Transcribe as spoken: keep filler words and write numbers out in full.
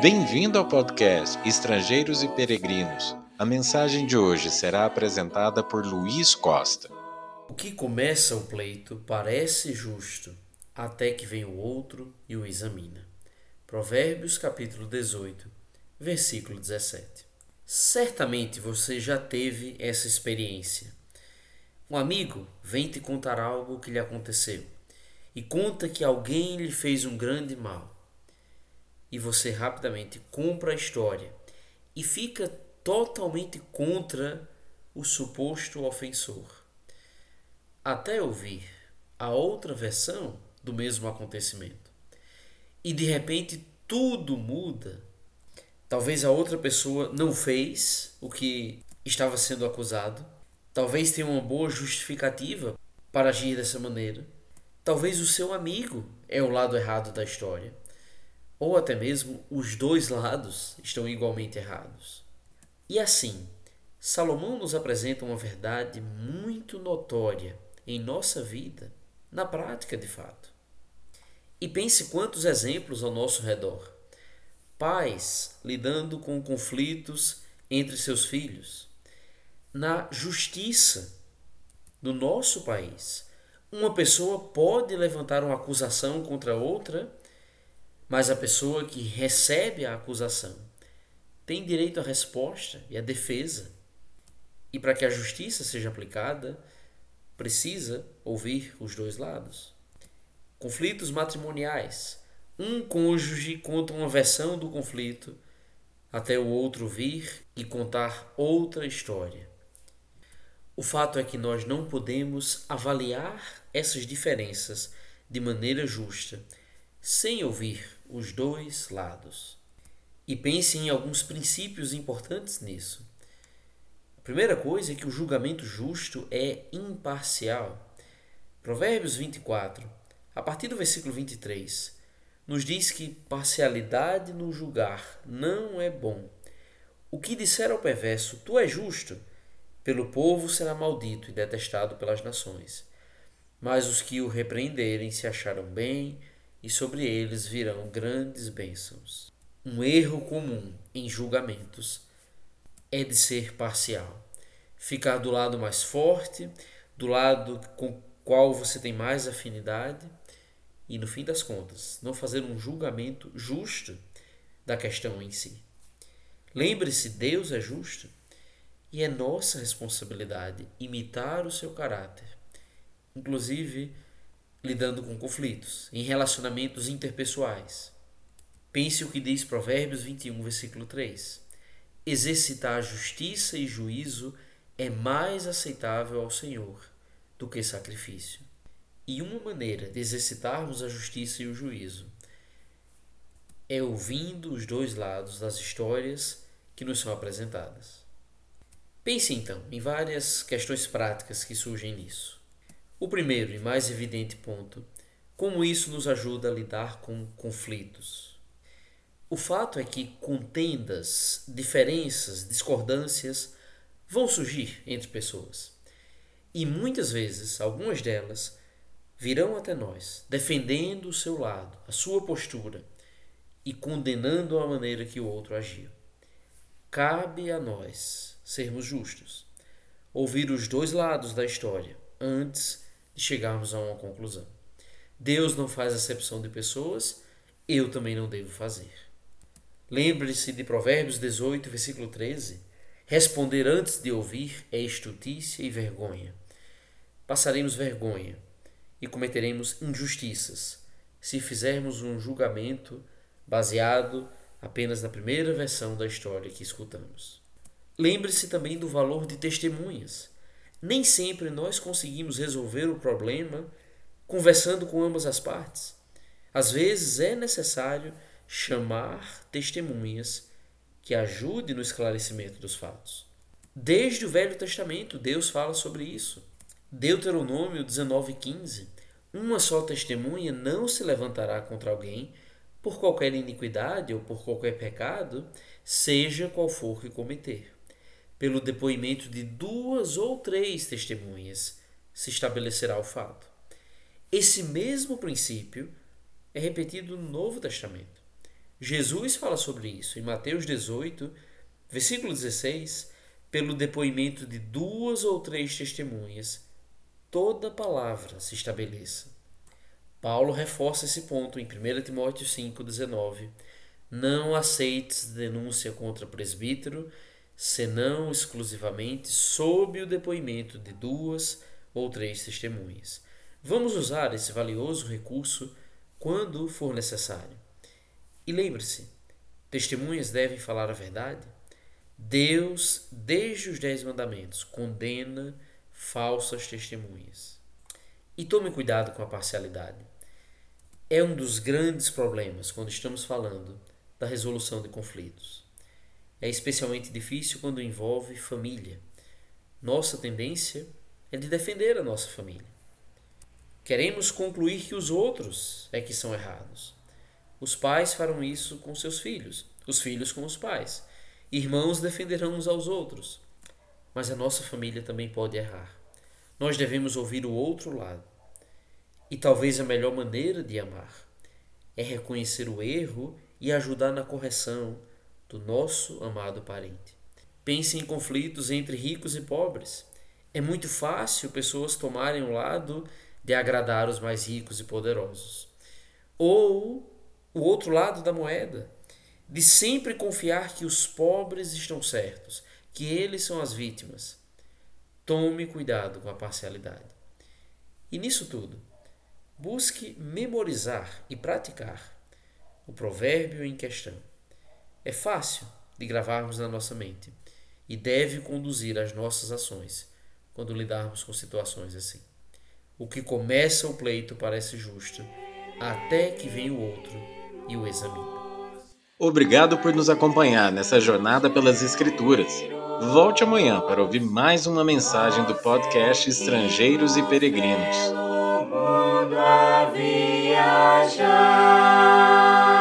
Bem-vindo ao podcast Estrangeiros e Peregrinos. A mensagem de hoje será apresentada por Luiz Costa. O que começa o pleito parece justo, até que vem o outro e o examina. Provérbios capítulo dezoito, versículo dezessete. Certamente você já teve essa experiência. Um amigo vem te contar algo que lhe aconteceu e conta que alguém lhe fez um grande mal. E você rapidamente compra a história e fica totalmente contra o suposto ofensor, até ouvir a outra versão do mesmo acontecimento. E de repente tudo muda. Talvez a outra pessoa não fez o que estava sendo acusado. Talvez tenha uma boa justificativa para agir dessa maneira. Talvez o seu amigo é o lado errado da história. Ou até mesmo os dois lados estão igualmente errados. E assim, Salomão nos apresenta uma verdade muito notória em nossa vida, na prática de fato. E pense quantos exemplos ao nosso redor. Pais lidando com conflitos entre seus filhos. Na justiça no nosso país, uma pessoa pode levantar uma acusação contra outra, mas a pessoa que recebe a acusação tem direito à resposta e à defesa. E para que a justiça seja aplicada, precisa ouvir os dois lados. Conflitos matrimoniais. Um cônjuge conta uma versão do conflito até o outro vir e contar outra história. O fato é que nós não podemos avaliar essas diferenças de maneira justa sem ouvir os dois lados. E pense em alguns princípios importantes nisso. A primeira coisa é que o julgamento justo é imparcial. Provérbios vinte e quatro, a partir do versículo vinte e três, nos diz que parcialidade no julgar não é bom. O que disser ao perverso, tu és justo, pelo povo será maldito e detestado pelas nações. Mas os que o repreenderem se acharão bem, e sobre eles virão grandes bênçãos. Um erro comum em julgamentos é de ser parcial. Ficar do lado mais forte, do lado com o qual você tem mais afinidade, e no fim das contas, não fazer um julgamento justo da questão em si. Lembre-se, Deus é justo e é nossa responsabilidade imitar o seu caráter, inclusive lidando com conflitos, em relacionamentos interpessoais. Pense o que diz Provérbios vinte e um, versículo três. Exercitar justiça e juízo é mais aceitável ao Senhor do que sacrifício. E uma maneira de exercitarmos a justiça e o juízo é ouvindo os dois lados das histórias que nos são apresentadas. Pense então em várias questões práticas que surgem nisso. O primeiro e mais evidente ponto, como isso nos ajuda a lidar com conflitos. O fato é que contendas, diferenças, discordâncias vão surgir entre pessoas. E muitas vezes, algumas delas, virão até nós, defendendo o seu lado, a sua postura e condenando a maneira que o outro agiu. Cabe a nós sermos justos, ouvir os dois lados da história antes de chegarmos a uma conclusão. Deus não faz acepção de pessoas, eu também não devo fazer. Lembre-se de Provérbios dezoito, versículo treze. Responder antes de ouvir é estultícia e vergonha. Passaremos vergonha e cometeremos injustiças se fizermos um julgamento baseado apenas na primeira versão da história que escutamos. Lembre-se também do valor de testemunhas. Nem sempre nós conseguimos resolver o problema conversando com ambas as partes. Às vezes é necessário chamar testemunhas que ajudem no esclarecimento dos fatos. Desde o Velho Testamento, Deus fala sobre isso. Deuteronômio dezenove, quinze. Uma só testemunha não se levantará contra alguém por qualquer iniquidade ou por qualquer pecado, seja qual for que cometer. Pelo depoimento de duas ou três testemunhas se estabelecerá o fato. Esse mesmo princípio é repetido no Novo Testamento. Jesus fala sobre isso em Mateus dezoito, versículo dezesseis, pelo depoimento de duas ou três testemunhas, toda palavra se estabeleça. Paulo reforça esse ponto em primeira Timóteo cinco, dezenove. Não aceites denúncia contra presbítero, senão exclusivamente sob o depoimento de duas ou três testemunhas. Vamos usar esse valioso recurso quando for necessário. E lembre-se, testemunhas devem falar a verdade. Deus, desde os Dez Mandamentos, condena falsas testemunhas. E tome cuidado com a parcialidade. É um dos grandes problemas quando estamos falando da resolução de conflitos. É especialmente difícil quando envolve família. Nossa tendência é de defender a nossa família. Queremos concluir que os outros é que são errados. Os pais farão isso com seus filhos, os filhos com os pais. Irmãos defenderão uns aos outros. Mas a nossa família também pode errar. Nós devemos ouvir o outro lado. E talvez a melhor maneira de amar é reconhecer o erro e ajudar na correção do nosso amado parente. Pense em conflitos entre ricos e pobres. É muito fácil pessoas tomarem o lado de agradar os mais ricos e poderosos. Ou o outro lado da moeda, de sempre confiar que os pobres estão certos, que eles são as vítimas. Tome cuidado com a parcialidade. E nisso tudo, busque memorizar e praticar o provérbio em questão. É fácil de gravarmos na nossa mente e deve conduzir as nossas ações quando lidarmos com situações assim. O que começa o pleito parece justo, até que vem o outro e o examina. Obrigado por nos acompanhar nessa jornada pelas Escrituras. Volte amanhã para ouvir mais uma mensagem do podcast Estrangeiros e Peregrinos.